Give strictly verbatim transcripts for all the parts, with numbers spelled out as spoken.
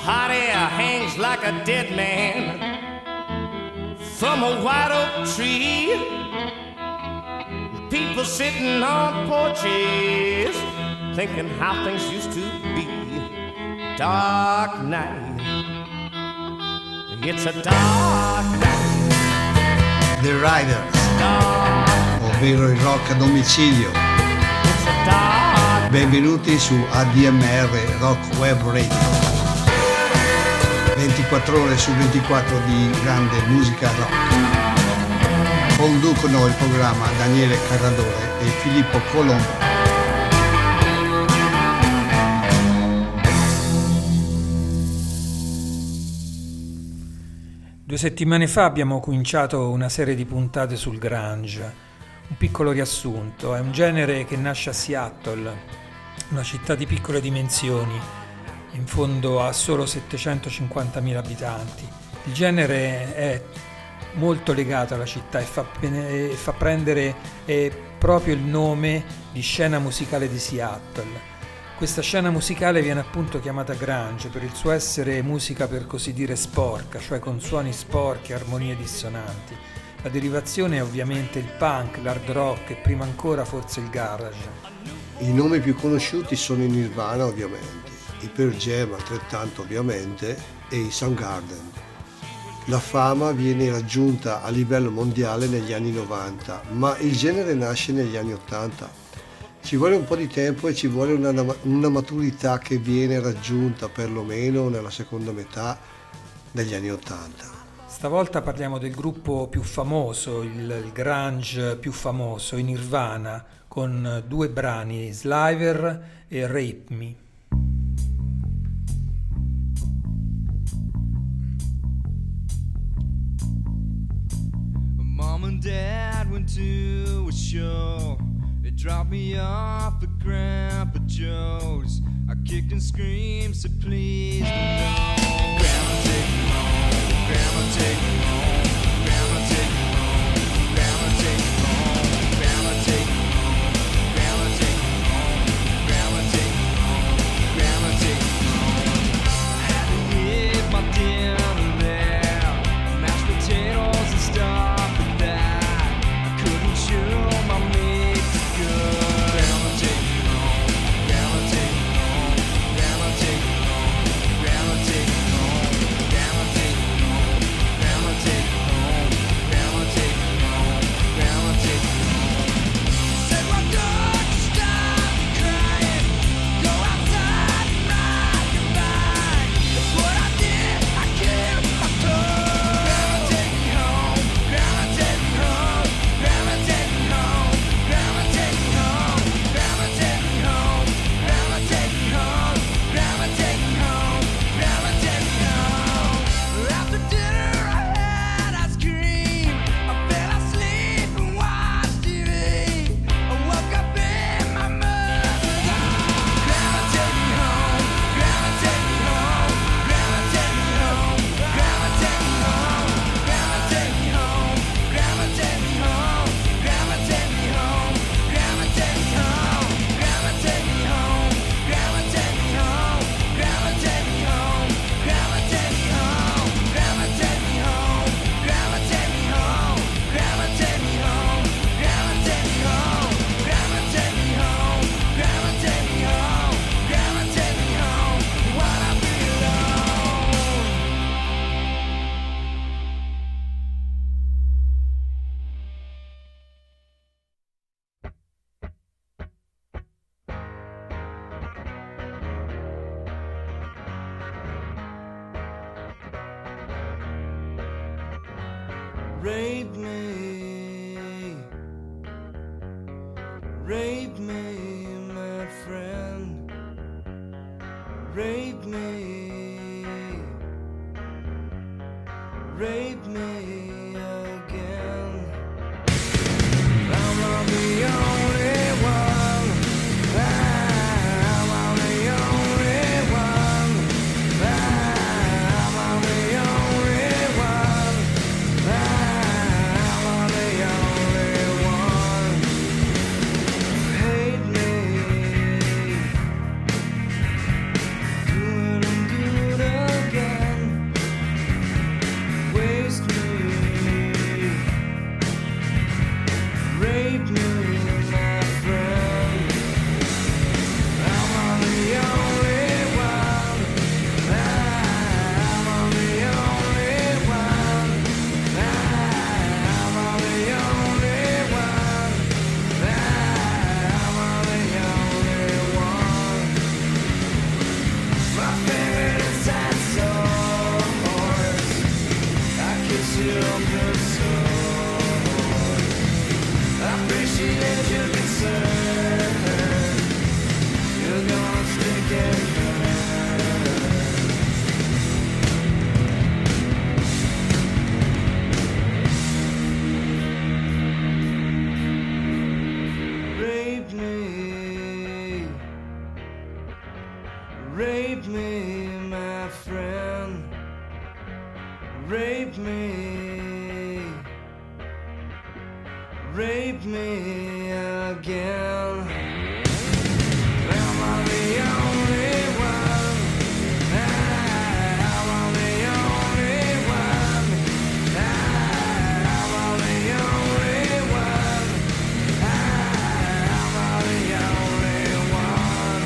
hot air hangs like a dead man from a white oak tree. People sitting on porches thinking how things used to be. Dark night, it's a dark night. The Riders, dark, ovvero il rock a domicilio. It's a dark. Benvenuti su A D M R Rock Web Radio. ventiquattro ore su ventiquattro di grande musica rock. Conducono il programma Daniele Carradore e Filippo Colombo. Due settimane fa abbiamo cominciato una serie di puntate sul grunge. Un piccolo riassunto: è un genere che nasce a Seattle, una città di piccole dimensioni, in fondo ha solo settecentocinquantamila abitanti. Il genere è molto legato alla città e fa, e fa prendere eh, proprio il nome di scena musicale di Seattle. Questa scena musicale viene appunto chiamata grunge per il suo essere musica per così dire sporca, cioè con suoni sporchi e armonie dissonanti. La derivazione è ovviamente il punk, l'hard rock e prima ancora forse il garage. I nomi più conosciuti sono i Nirvana ovviamente, i Pearl Jam altrettanto ovviamente e i Soundgarden. La fama viene raggiunta a livello mondiale negli anni novanta, ma il genere nasce negli anni ottanta. Ci vuole un po' di tempo e ci vuole una, una maturità che viene raggiunta perlomeno nella seconda metà degli anni ottanta. Stavolta parliamo del gruppo più famoso, il, il grunge più famoso, i Nirvana, con due brani, Sliver e Rape Me. Mom and Dad went to a show. They dropped me off at Grandpa Joe's. I kicked and screamed, said please no. Grandma take me home, Grandma take me home, Grandma take me home, Grandma take me home, Grandma take me home, Grandma take me home, Grandma take me home, Grandma take me home. I had to eat my dinner there, mashed potatoes and stuff like that. I couldn't chew my meat. Grandma take me home, Grandma take me home, Grandma take me home, Grandma take me home, Grandma take me home, Grandma take me home, Grandma take me home, Grandma take me home. Said why don't you stop crying? Go outside and ride your bike. That's what I did, I killed my clothes. Grandma take me home, Grandma take me home, Grandma take me home, Grandma take me home, Grandma take me home, Grandma take me home, Grandma take me home, Grandma take me home. After dinner I had ice cream. I fell asleep and watched T V. I woke up in my mother's arms. Grandma take me home, Grandma take me home, Grandma take me home, Grandma take me home, Grandma take me home, Grandma take me home, Grandma take me home, Grandma take me home, Grandma take me home, Grandma take me home, Grandma take me home, Grandma take me home, Grandma take me home, Grandma take me home, Grandma take me home, Grandma take me home, Grandma take me home, Grandma take me home, Grandma take me home, while I be alone. Rape me, rape me, my friend. Rape me, rape me again. I'm not the only one. I'm not the only one. I'm not the only one. I'm not the only one. Hate me, doing good. friend, rape me, rape me again. Am I the only one? Am I the only one? Am I the only one? Am I the only one?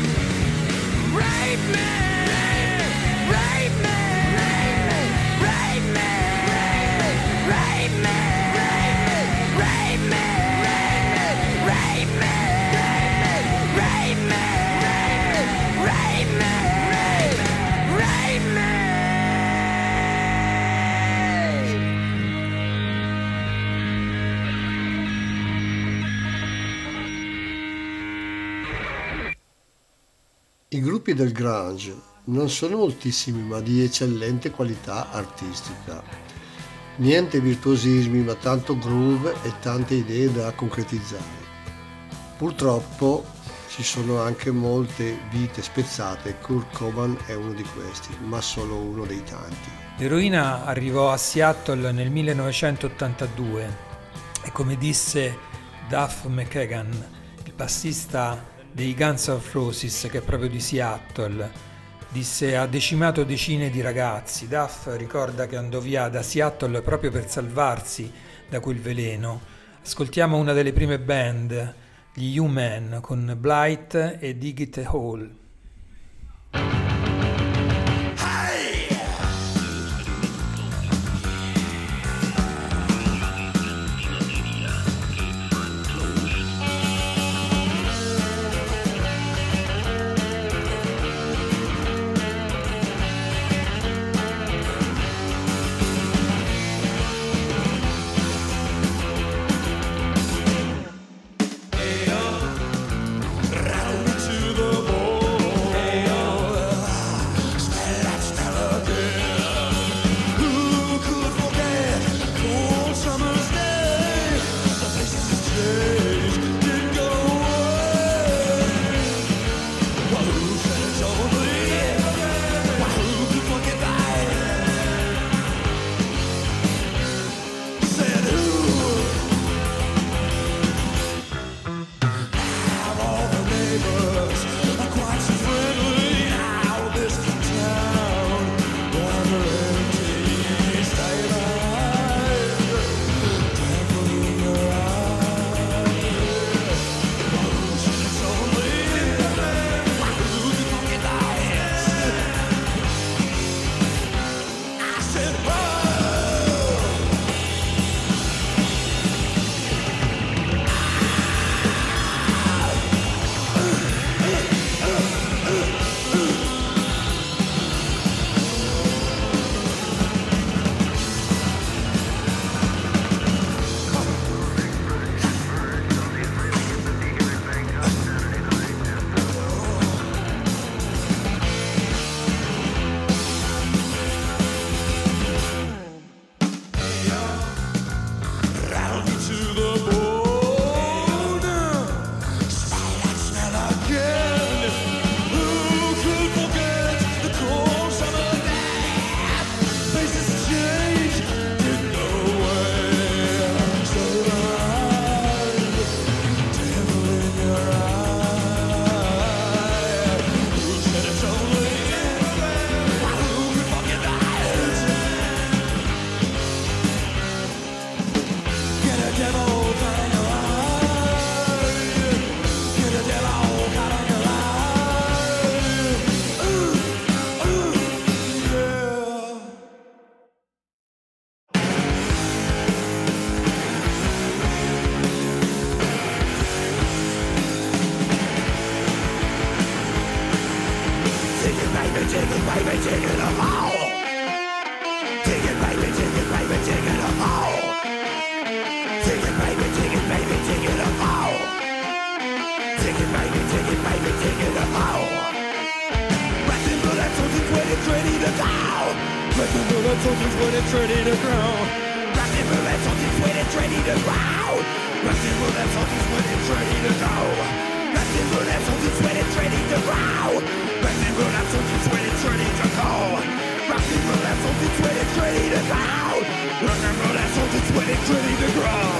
Rape me! Rape me! Rape me! Rape me! Rape me! Rape me! Rape me! Rape me! Rape me! I gruppi del grunge non sono moltissimi, ma di eccellente qualità artistica. Niente virtuosismi, ma tanto groove e tante idee da concretizzare. Purtroppo ci sono anche molte vite spezzate, Kurt Cobain è uno di questi, ma solo uno dei tanti. L'eroina arrivò a Seattle nel millenovecentottantadue e, come disse Duff McKagan, il bassista dei Guns N' Roses, che è proprio di Seattle, disse: ha decimato decine di ragazzi. Duff ricorda che andò via da Seattle proprio per salvarsi da quel veleno. Ascoltiamo una delle prime band, gli U-Men, con Blight e Dig It a Hole. Ready to grow. Rockin' bullets on these when it's ready to grow. Rockin' bullets on these when it's ready to go. Rockin' bullets on these when it's ready to grow. Rockin' bullets on these when it's ready to go. treading the ground.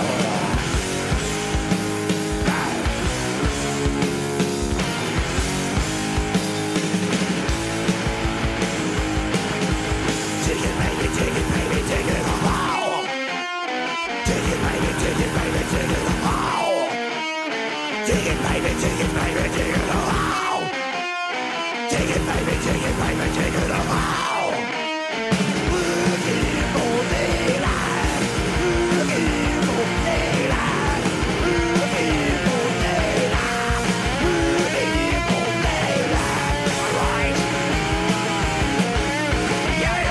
Take it, baby, take it, baby, take it all. Take it, baby, take it, baby, take it all. Take it, baby, take it, baby, take it all. Take it, baby, take it, baby, take it all. Looking for daylight, looking for daylight, looking for daylight, looking for daylight. Right? Yeah.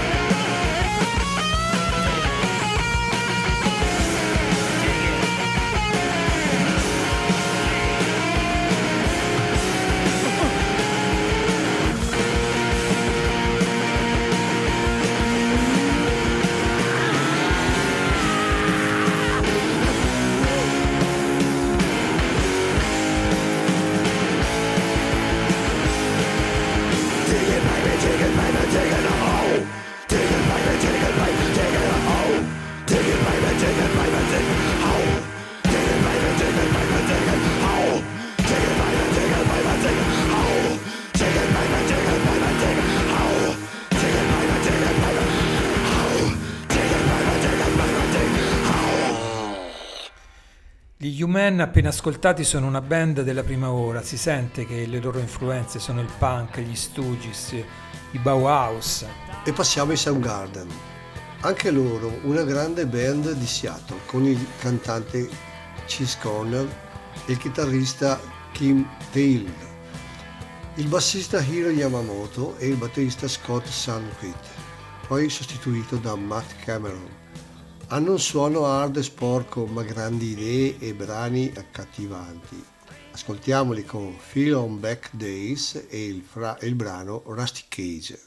Gli U-Men appena ascoltati sono una band della prima ora, si sente che le loro influenze sono il punk, gli Stooges, i Bauhaus. E passiamo ai Soundgarden. Anche loro una grande band di Seattle con il cantante Chris Cornell e il chitarrista Kim Taylor, il bassista Hiro Yamamoto e il batterista Scott Sandquist, poi sostituito da Matt Cameron. Hanno un suono hard e sporco ma grandi idee e brani accattivanti. Ascoltiamoli con Feel on Back Days e il, fra- e il brano Rusty Cage.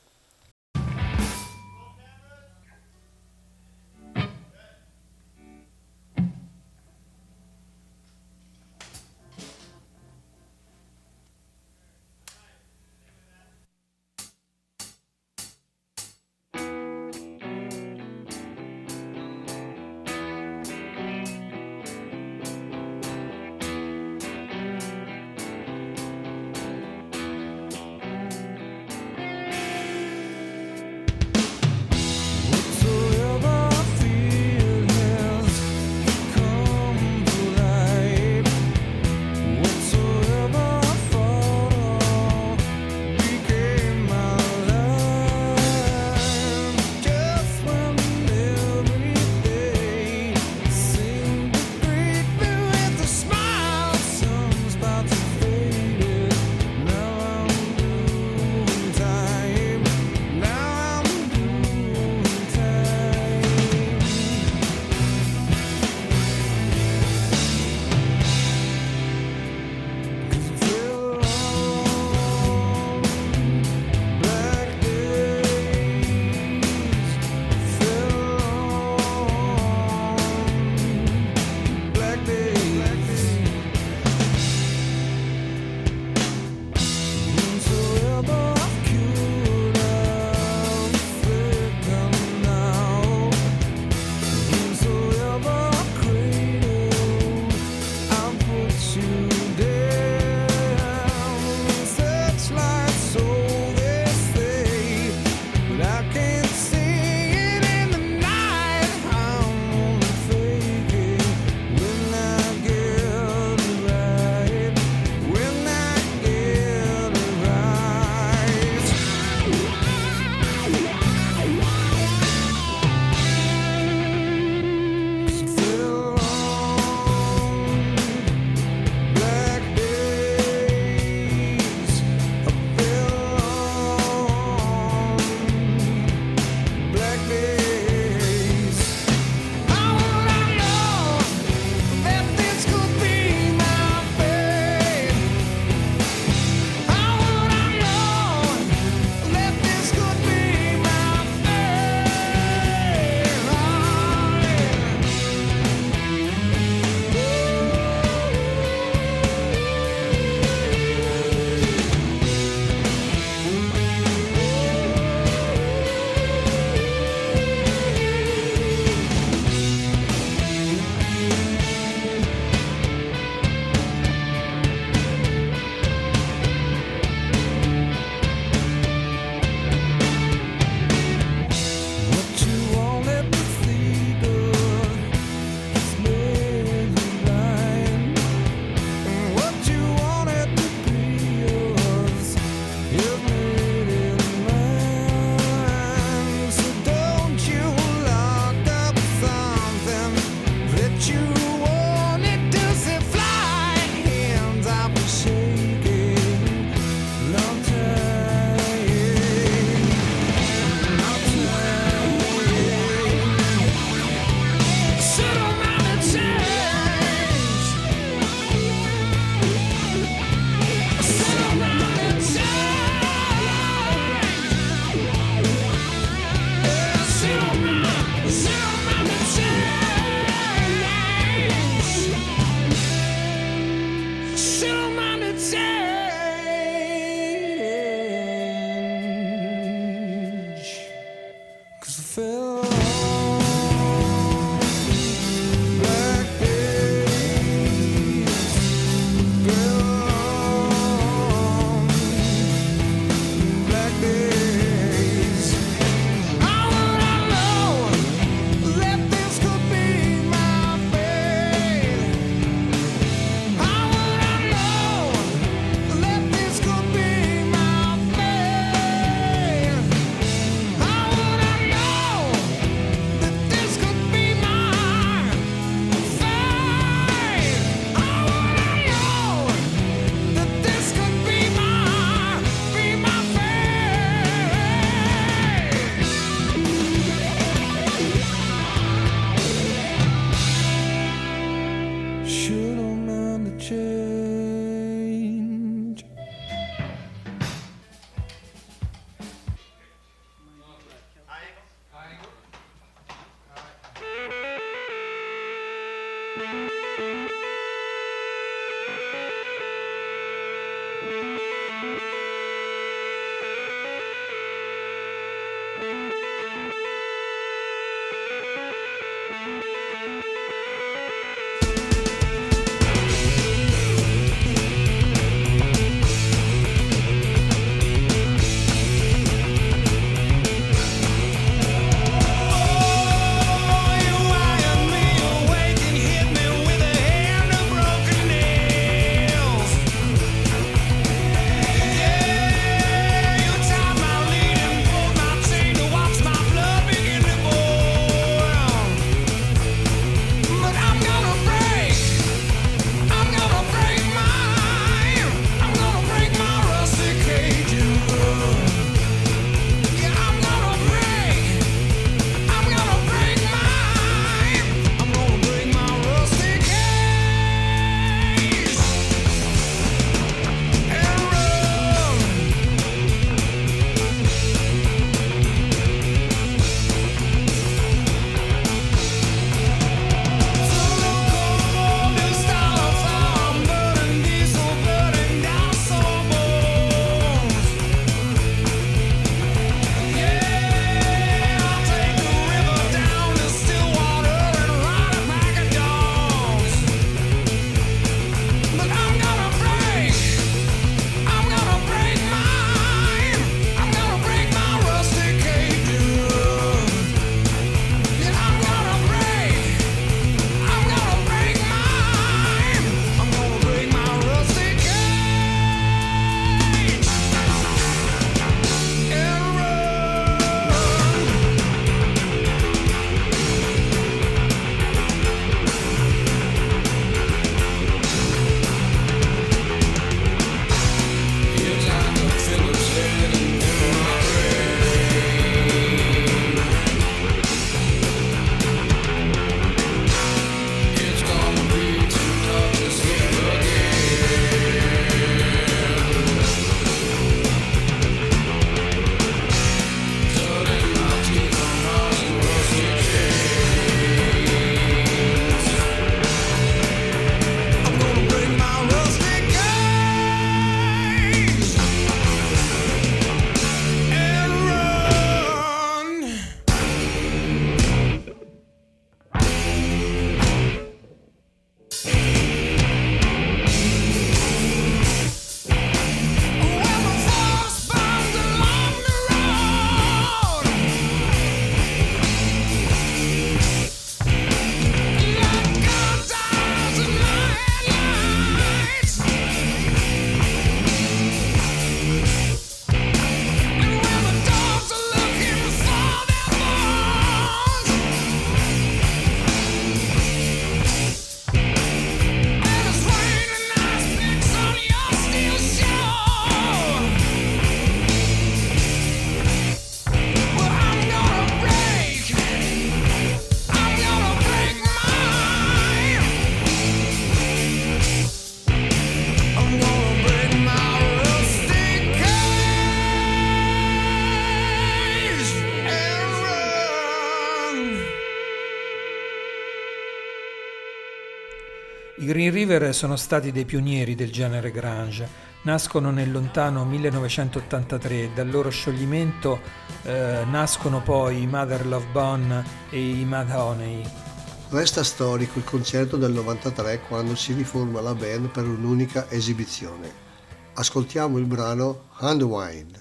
I Green River sono stati dei pionieri del genere grunge, nascono nel lontano millenovecentottantatré e dal loro scioglimento eh, nascono poi i Mother Love Bone e i Mudhoney. Resta storico il concerto del novantatré quando si riforma la band per un'unica esibizione. Ascoltiamo il brano Unwind.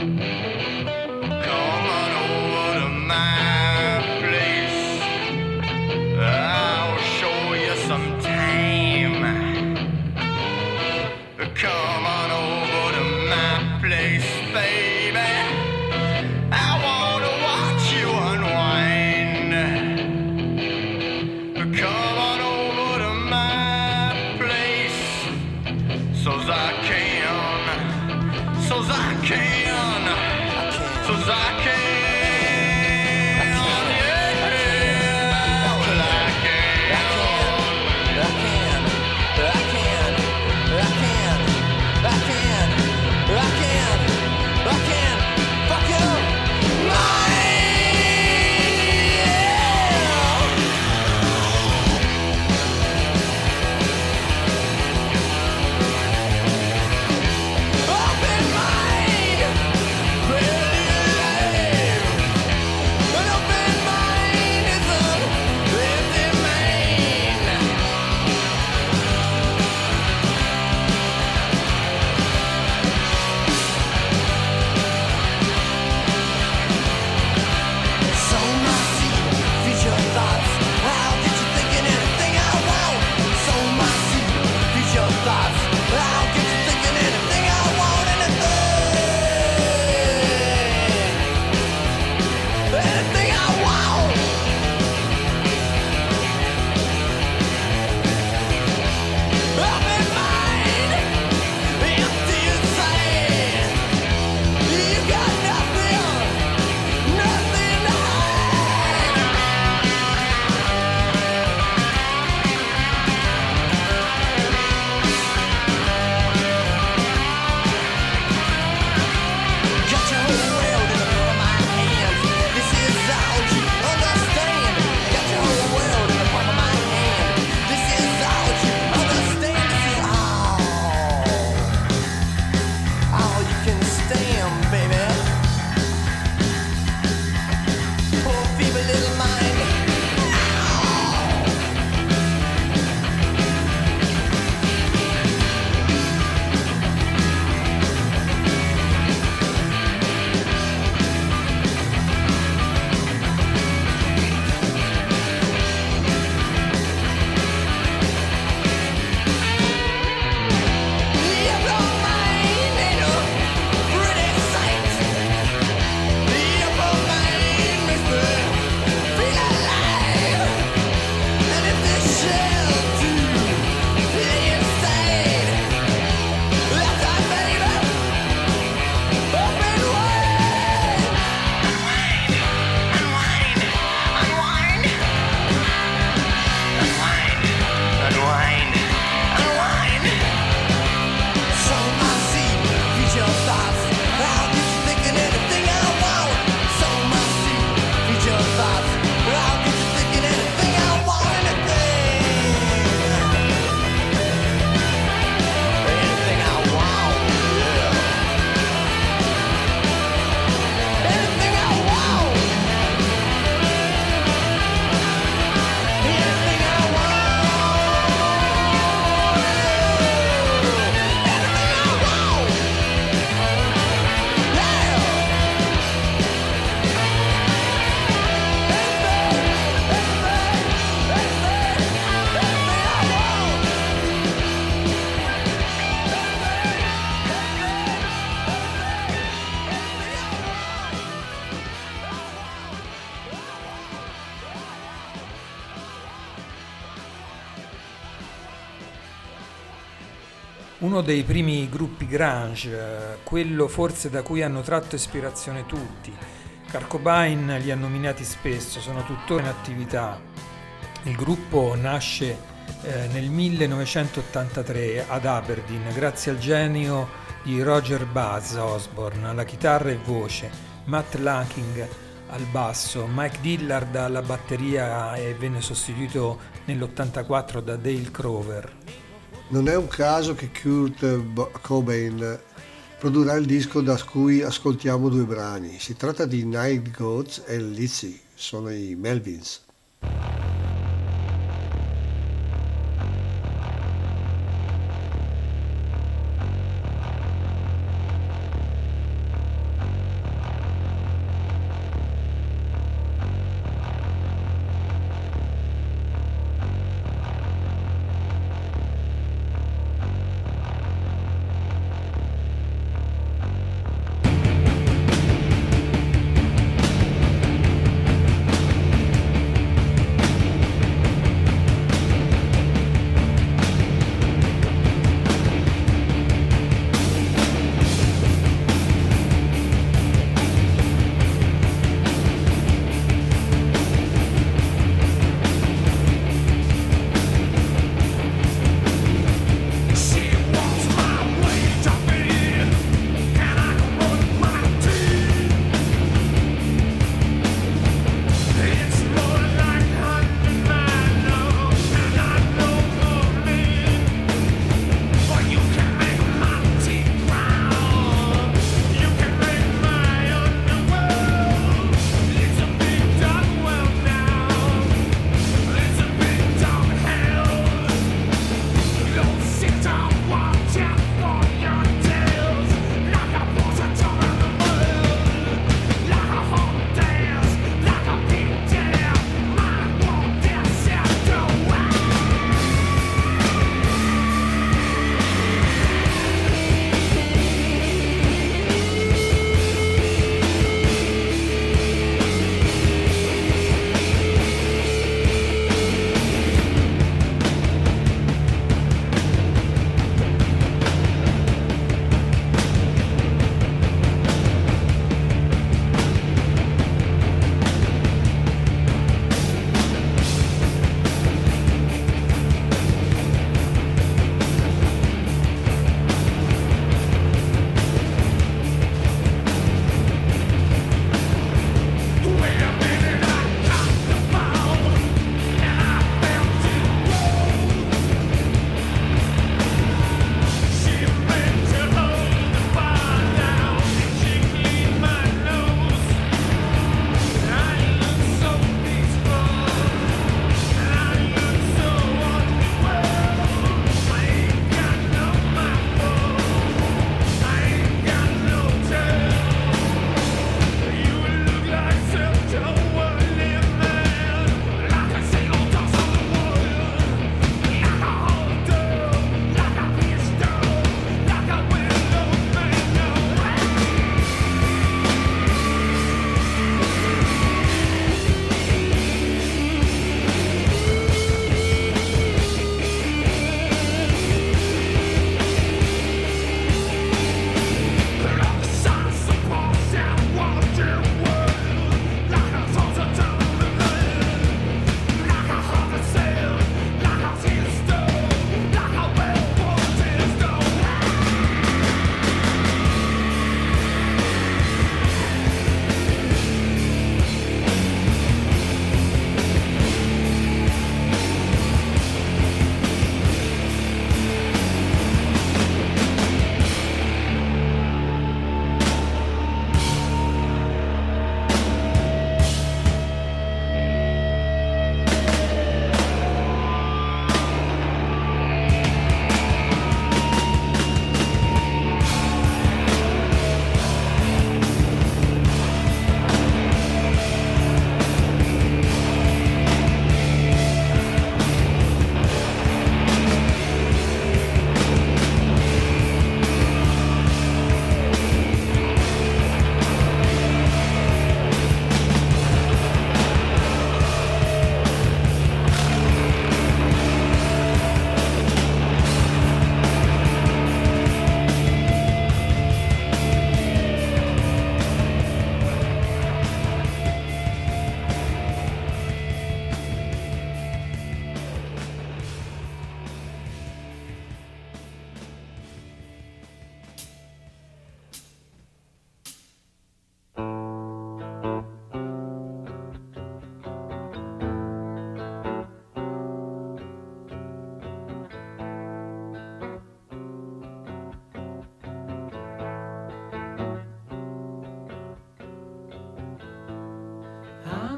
Come on over to my place. uno dei primi gruppi grunge, quello forse da cui hanno tratto ispirazione tutti. Kurt Cobain li ha nominati spesso, sono tuttora in attività. Il gruppo nasce eh, nel millenovecentottantatré ad Aberdeen grazie al genio di Roger Buzz Osborne alla chitarra e voce, Matt Lanking al basso, Mike Dillard alla batteria e venne sostituito nell'ottantaquattro da Dale Crover. Non è un caso che Kurt Cobain produrrà il disco da cui ascoltiamo due brani. Si tratta di Night Goats e Lizzie, sono i Melvins.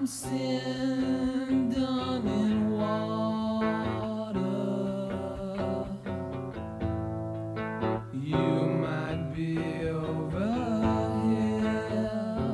I'm sin done in water. You might be over here.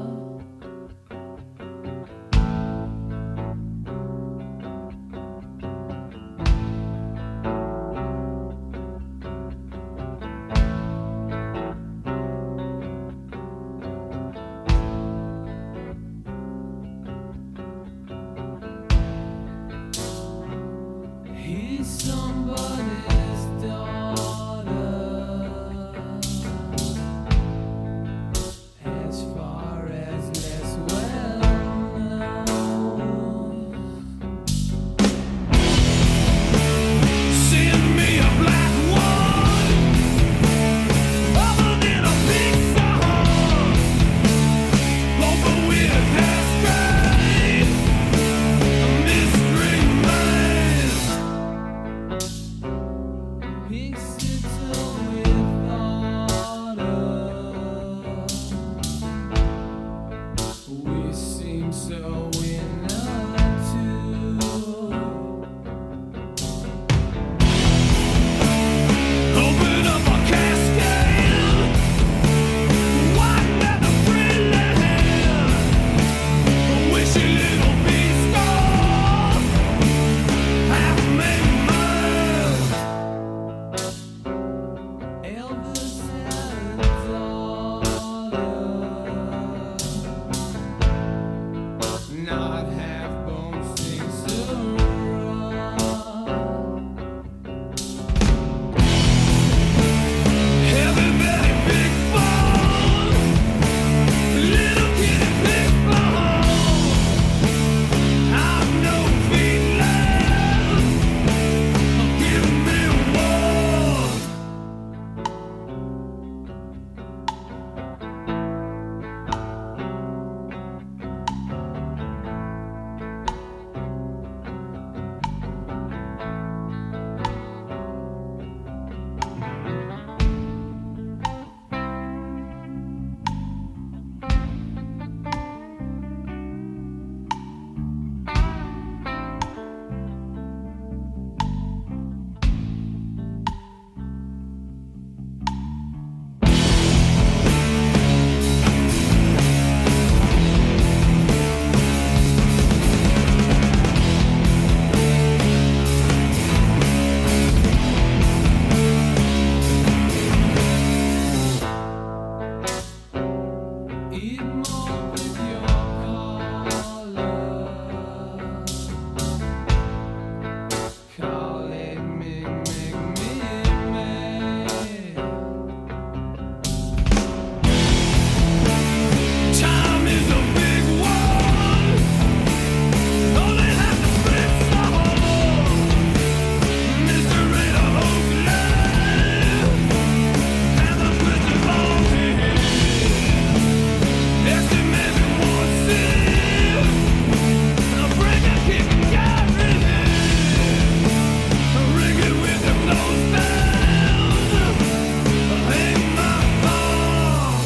He's somebody's daughter. As far as less well known. Send me a black one, other than a big song, open with a cascade, a mystery man. Big sitter with order. We seem so inner too. Open up a cascade, wide at the brilliant hand, a wishy little beast gone, half made man. Elvis had a daughter, not half bone sings Heavy belly, big bone, little kitty big bone. I've no feet left, give me one. Eat more with your collar. Call it me, make me mad. Time is a big one, only have to split some. Mystery of Oakland, and the twisted ball head. Estimated one sin, a break and kick and carry it. Ring it with them nose down, hang my phone.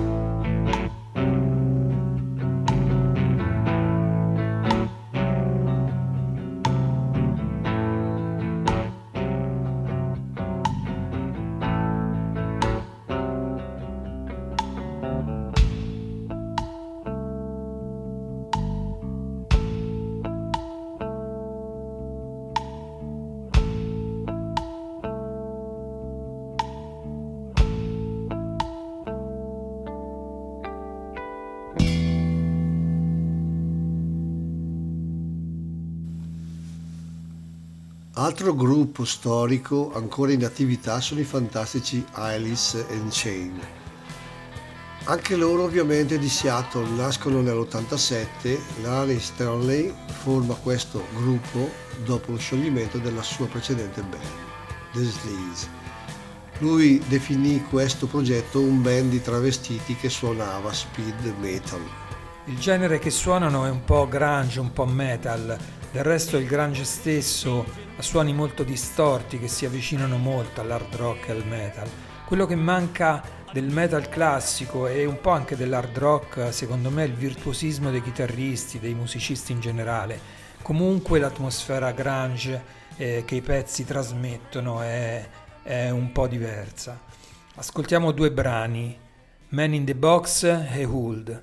Altro gruppo storico ancora in attività sono i fantastici Alice in Chains. Anche loro ovviamente di Seattle, nascono nell'ottantasette. Lane Stanley forma questo gruppo dopo lo scioglimento della sua precedente band, The Sleaze. Lui definì questo progetto un band di travestiti che suonava speed metal. Il genere che suonano è un po' grunge, un po' metal. Del resto il grunge stesso ha suoni molto distorti che si avvicinano molto all'hard rock e al metal. Quello che manca del metal classico e un po' anche dell'hard rock, secondo me, il virtuosismo dei chitarristi, dei musicisti in generale. Comunque l'atmosfera grunge eh, che i pezzi trasmettono è, è un po' diversa. Ascoltiamo due brani, Man in the Box e Hold.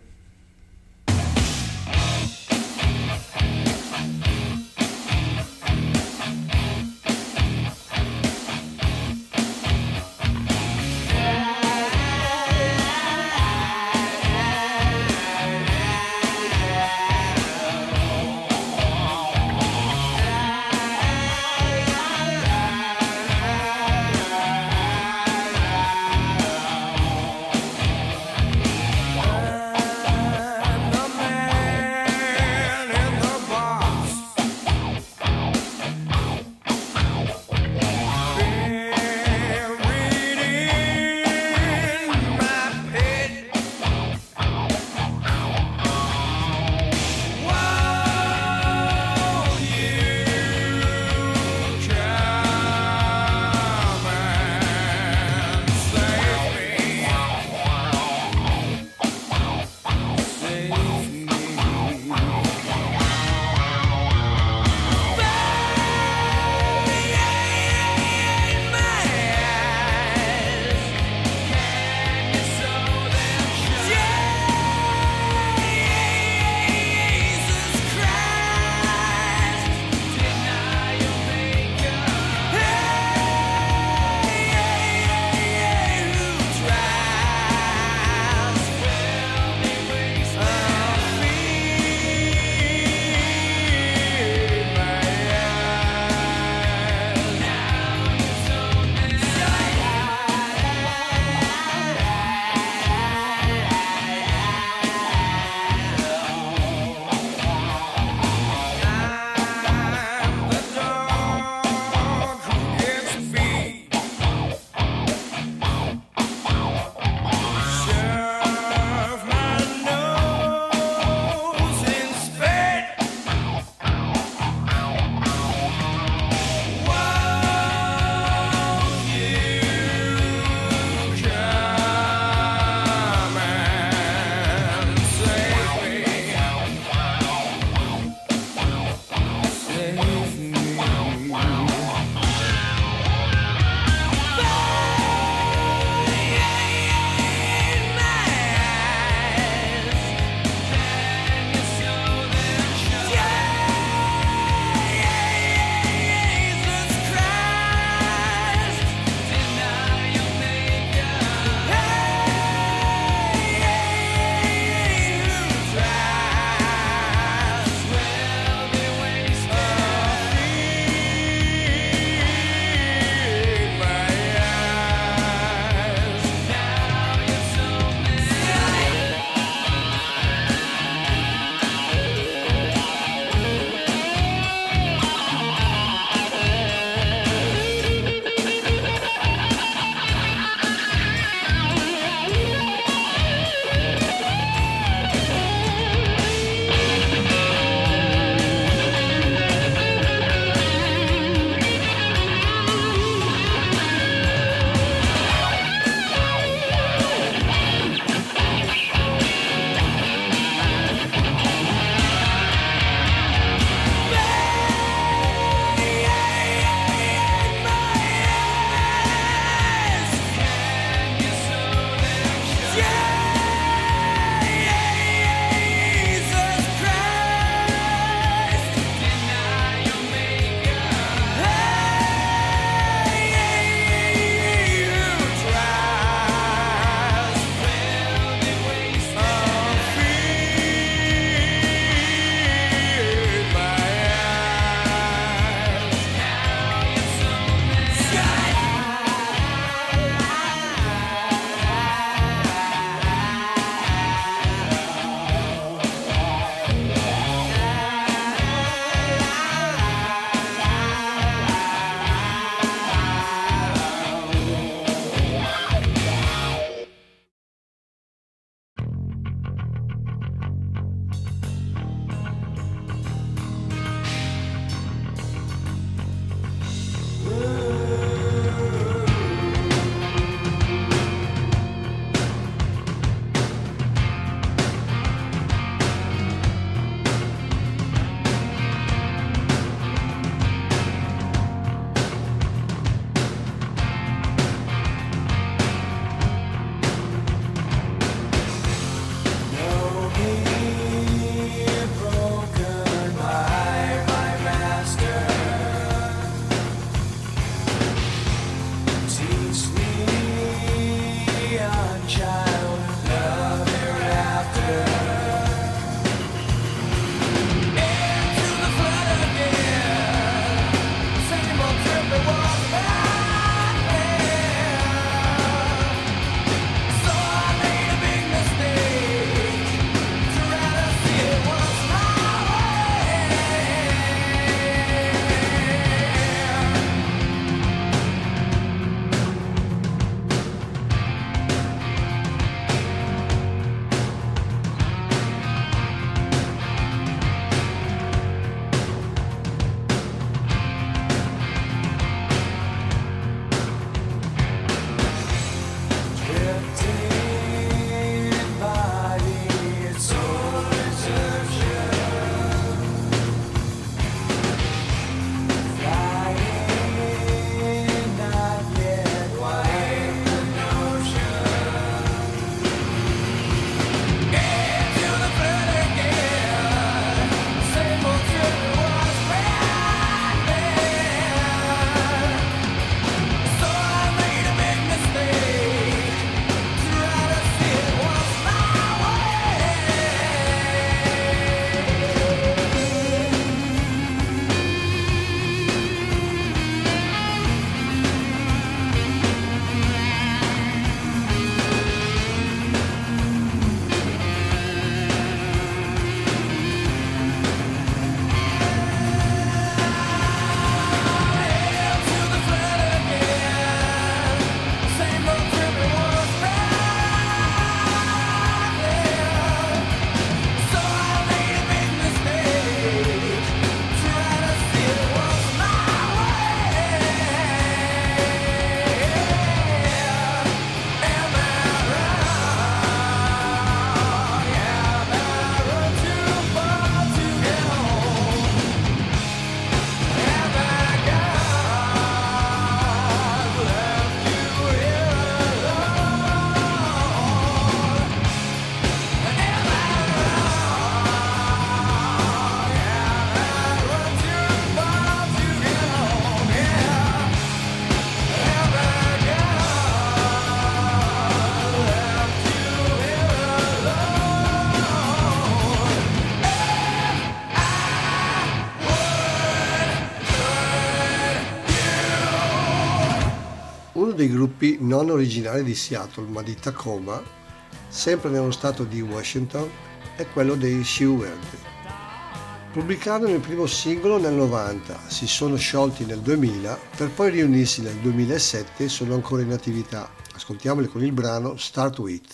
uno dei gruppi non originari di Seattle ma di Tacoma, sempre nello stato di Washington, è quello dei Seward. Pubblicarono il primo singolo nel novanta, si sono sciolti nel duemila per poi riunirsi nel duemilasette e sono ancora in attività. Ascoltiamoli con il brano Start With.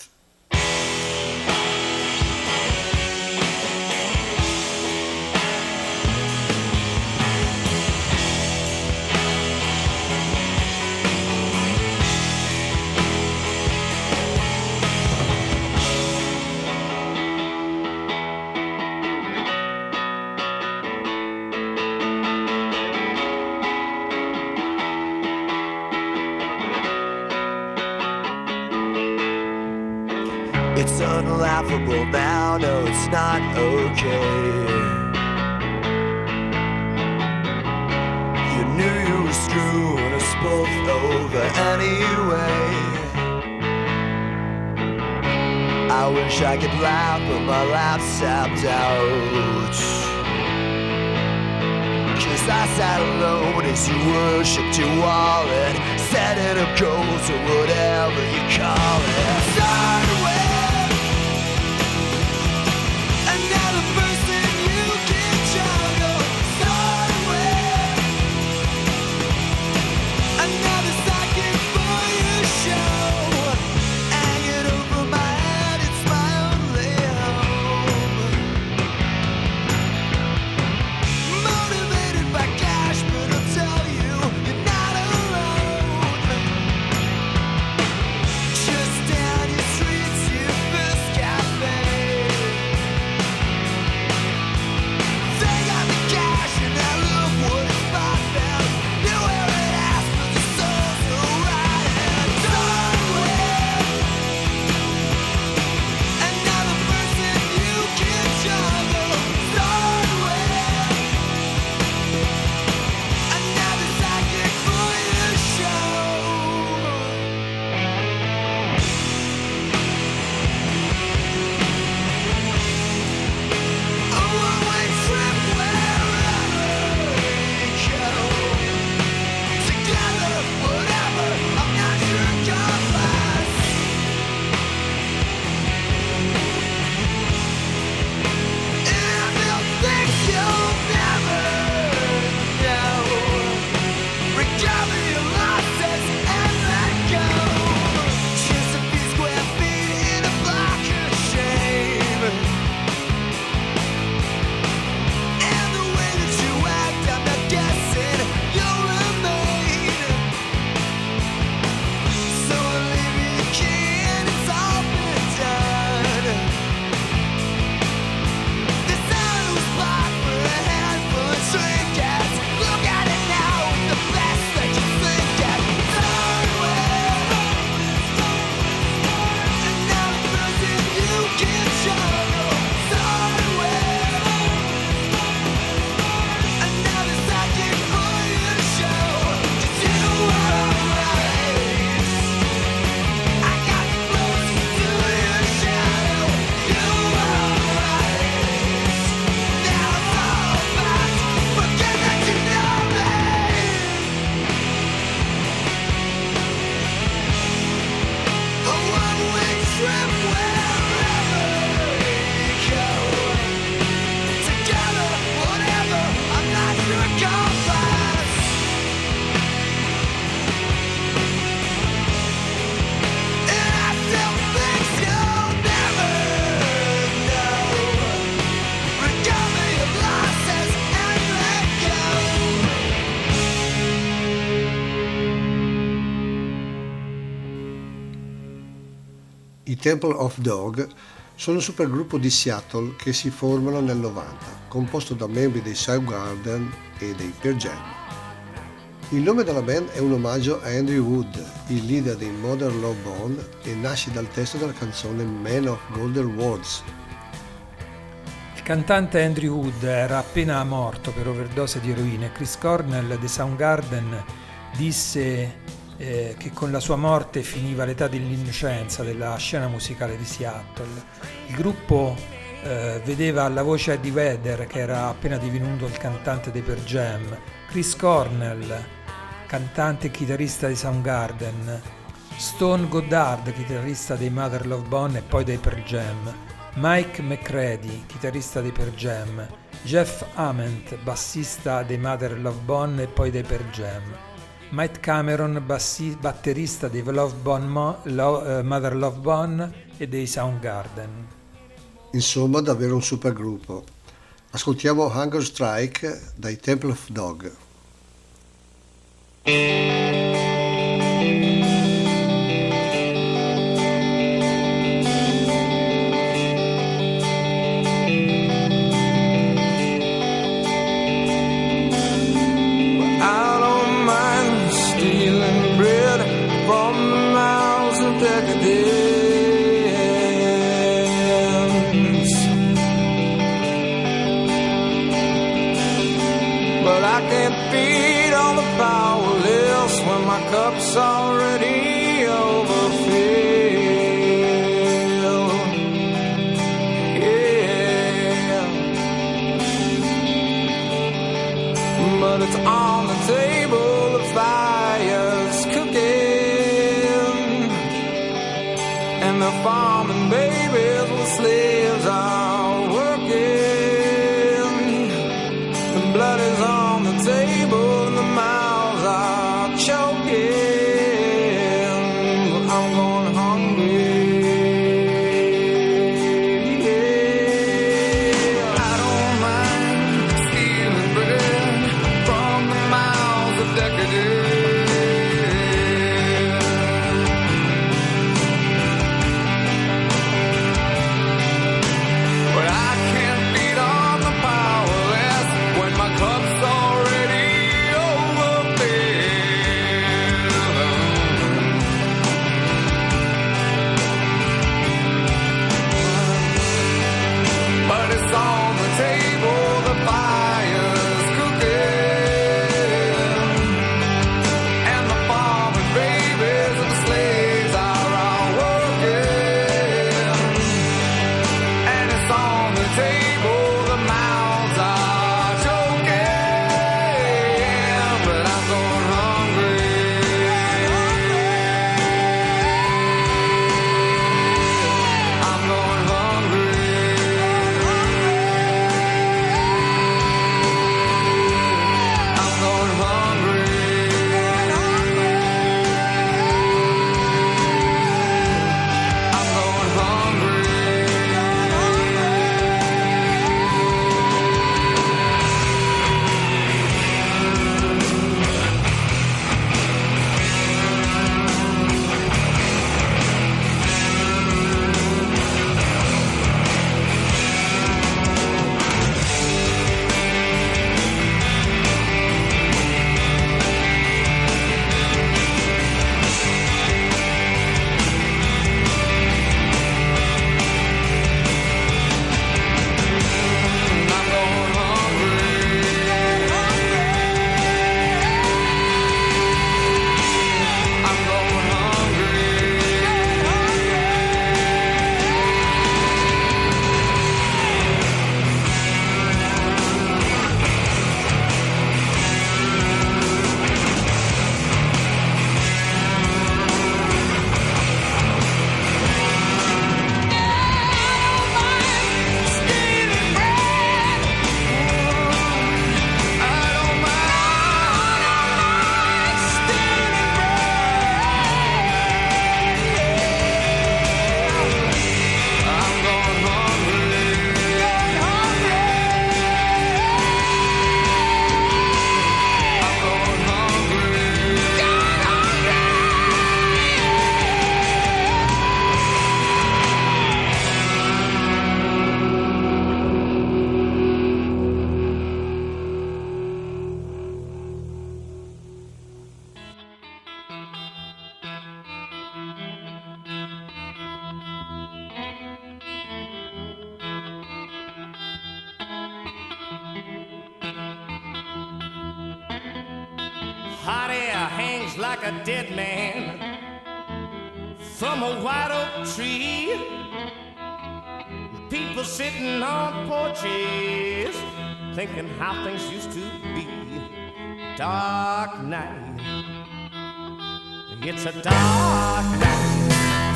It's unlaughable now, no, it's not okay. You knew you were screwing us both over anyway. I wish I could laugh, but my laugh sapped out. Cause I sat alone as you worshipped your wallet, setting up goals or whatever you call it. Start with another person you can juggle. Start with another second for your show. Hanging over my head, it's my only home. Motivated by cash, but I'll tell you, you're not alone. Just down your streets, your first cafe. They got the cash and I look what it's bought them. Knew where it asked, but the soul's so right. And start with another person you can juggle. Start with another psychic for your show. A one-way trip wherever we go. Together, whatever, I'm not your compass. And they'll think you'll never know. Recover your losses and let go. Just a few square feet in a block of shame. And the way that you act, I'm not guessing you'll remain. So I'll leave you the key and it's all been done. This island was bought for a handful of trinkets. Look at it now with the best that you think at. Start with another person you can juggle. Start with another psychic for your show. Just you are alright. I got you close to your shadow. You are alright. Now it's all back. Forget that you know me. A one-way trip wherever we go. Together, whatever, I'm not your compass. And I still think you'll never know. Recover your losses and let go. I Temple of Dog sono un supergruppo di Seattle che si formano nel novanta, composto da membri dei Soundgarden e dei Pearl Jam. Il nome della band è un omaggio a Andrew Wood, il leader dei Modern Love Bone, e nasce dal testo della canzone Man of Golden Words. Il cantante Andrew Wood era appena morto per overdose di eroina e Chris Cornell dei Soundgarden disse eh, che con la sua morte finiva l'età dell'innocenza della scena musicale di Seattle. Il gruppo eh, vedeva alla voce Eddie Vedder, che era appena divenuto il cantante dei Pearl Jam, Chris Cornell cantante e chitarrista di Soundgarden, Stone Goddard, chitarrista dei Mother Love Bone e poi dei Pearl Jam, Mike McCready, chitarrista dei Pearl Jam, Jeff Ament, bassista dei Mother Love Bone e poi dei Pearl Jam, Mike Cameron, bassi- batterista dei Love Bone Mo- Lo- uh, Mother Love Bone e dei Soundgarden. Insomma, davvero un super gruppo. Ascoltiamo Hunger Strike dai Temple of Dog. Cup's already overfilled. Yeah, but it's on the table, the fire's cooking, and the farming babies with slaves are working. The blood is on the table and the mouths are choking. I'm going hungry. Yeah. I don't mind stealing bread from the mouths of decadence, but I can't feed on the powerless when my cup's already Hot air hangs like a dead man from a white oak tree. People sitting on porches thinking how things used to be. Dark night, It's a dark night,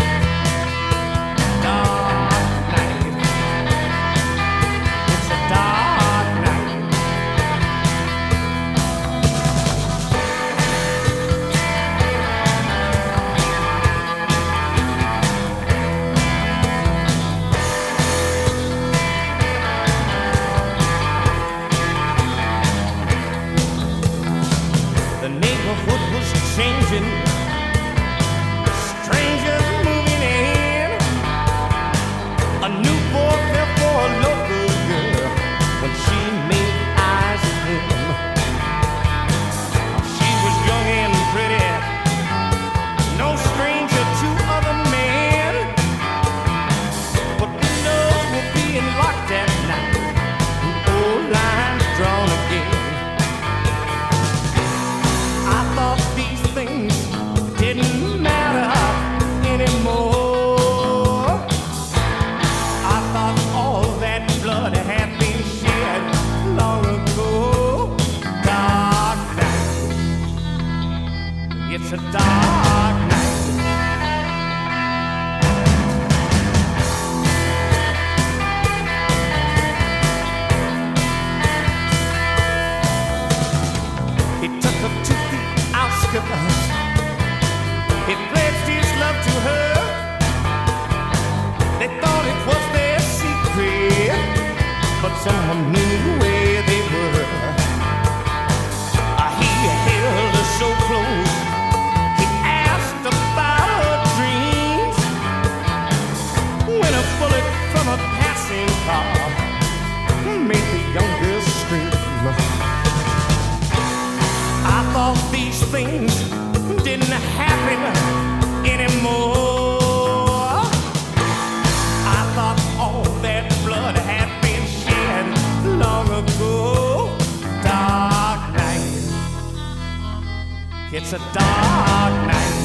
dark night. It's a dark night. The neighborhood was changing. It's a dark night. He took her to the outskirts. He pledged his love to her. They thought it was their secret, but someone knew where they were. He held her so close. Bullet from a passing car made the young girl scream. I thought these things didn't happen anymore. I thought all that blood had been shed long ago. Dark night. It's a dark night.